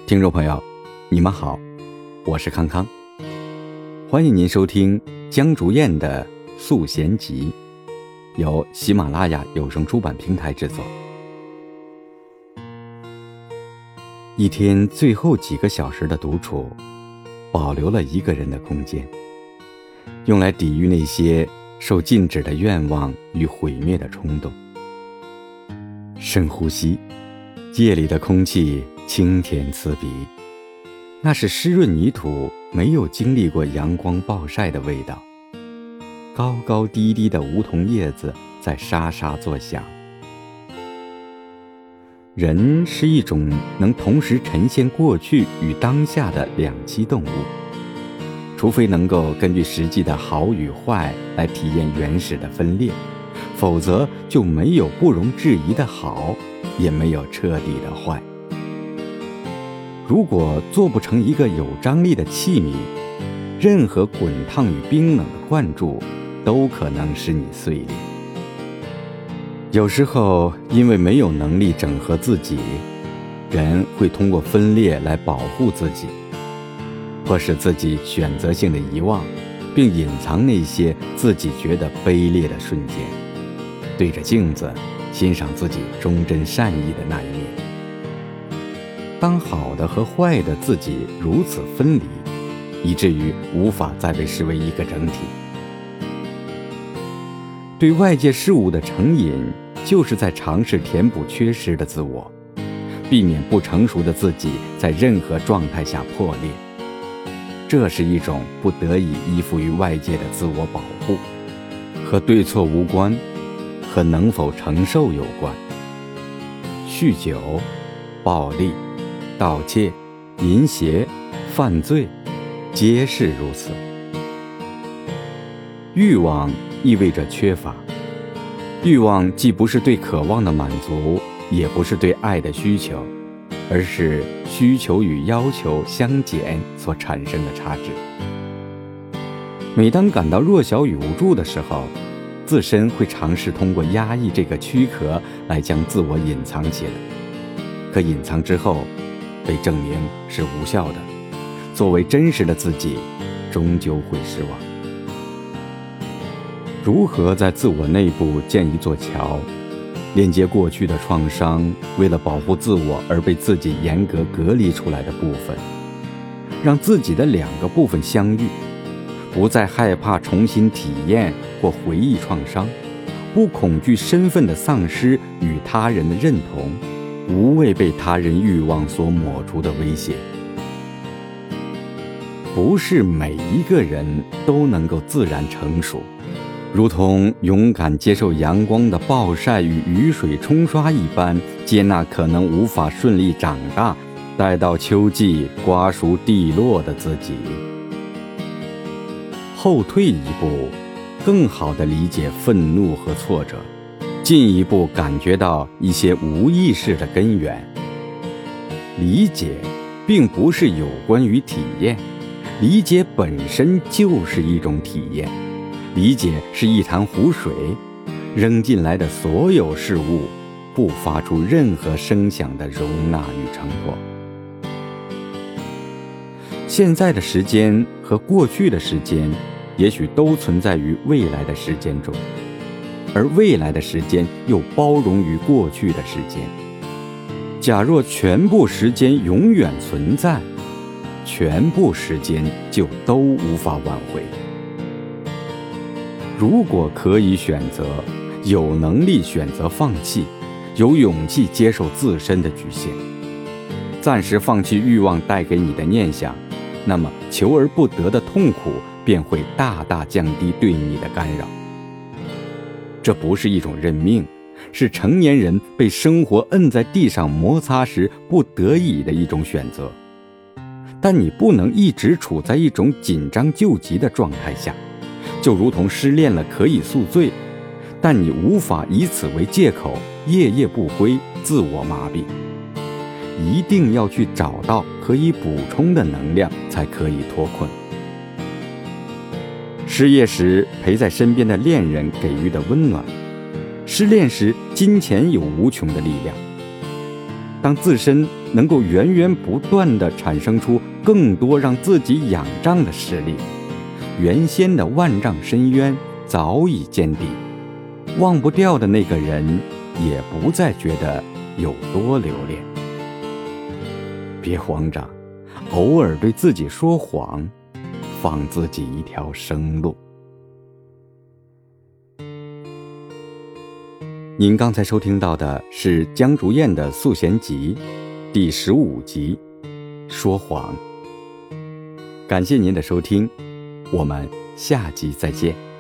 听众朋友，你们好，我是康康，欢迎您收听江竹燕的素闲集，由喜马拉雅有声出版平台制作。一天最后几个小时的独处，保留了一个人的空间，用来抵御那些受禁止的愿望与毁灭的冲动。深呼吸，夜里的空气清甜刺鼻，那是湿润泥土没有经历过阳光暴晒的味道。高高低低的梧桐叶子在沙沙作响。人是一种能同时呈现过去与当下的两栖动物，除非能够根据实际的好与坏来体验原始的分裂，否则就没有不容置疑的好，也没有彻底的坏。如果做不成一个有张力的器皿，任何滚烫与冰冷的灌注都可能使你碎裂。有时候因为没有能力整合自己，人会通过分裂来保护自己，或使自己选择性的遗忘，并隐藏那些自己觉得卑劣的瞬间，对着镜子欣赏自己忠贞善意的那一面。当好的和坏的自己如此分离，以至于无法再被视为一个整体。对外界事物的成瘾，就是在尝试填补缺失的自我，避免不成熟的自己在任何状态下破裂。这是一种不得已依附于外界的自我保护，和对错无关，和能否承受有关。酗酒、暴力、盗窃、淫邪、犯罪，皆是如此。欲望意味着缺乏，欲望既不是对渴望的满足，也不是对爱的需求，而是需求与要求相减所产生的差值。每当感到弱小与无助的时候，自身会尝试通过压抑这个躯壳来将自我隐藏起来，可隐藏之后被证明是无效的，作为真实的自己终究会失望。如何在自我内部建一座桥，连接过去的创伤，为了保护自我而被自己严格隔离出来的部分，让自己的两个部分相遇，不再害怕重新体验或回忆创伤，不恐惧身份的丧失与他人的认同，无畏被他人欲望所抹除的威胁。不是每一个人都能够自然成熟，如同勇敢接受阳光的暴晒与雨水冲刷一般，接纳可能无法顺利长大，待到秋季瓜熟蒂落的自己。后退一步，更好地理解愤怒和挫折，进一步感觉到一些无意识的根源。理解并不是有关于体验，理解本身就是一种体验。理解是一潭湖水，扔进来的所有事物不发出任何声响的容纳与承托。现在的时间和过去的时间也许都存在于未来的时间中，而未来的时间又包容于过去的时间。假若全部时间永远存在，全部时间就都无法挽回。如果可以选择，有能力选择放弃，有勇气接受自身的局限，暂时放弃欲望带给你的念想，那么求而不得的痛苦便会大大降低对你的干扰。这不是一种认命，是成年人被生活摁在地上摩擦时不得已的一种选择。但你不能一直处在一种紧张救急的状态下，就如同失恋了可以宿醉，但你无法以此为借口夜夜不归，自我麻痹。一定要去找到可以补充的能量，才可以脱困。失业时陪在身边的恋人给予的温暖，失恋时金钱有无穷的力量。当自身能够源源不断地产生出更多让自己仰仗的实力。原先的万丈深渊早已见底，忘不掉的那个人也不再觉得有多留恋。别慌张，偶尔对自己说谎，放自己一条生路。您刚才收听到的是江竹燕的素弦集第15集《说谎》。感谢您的收听，我们下集再见。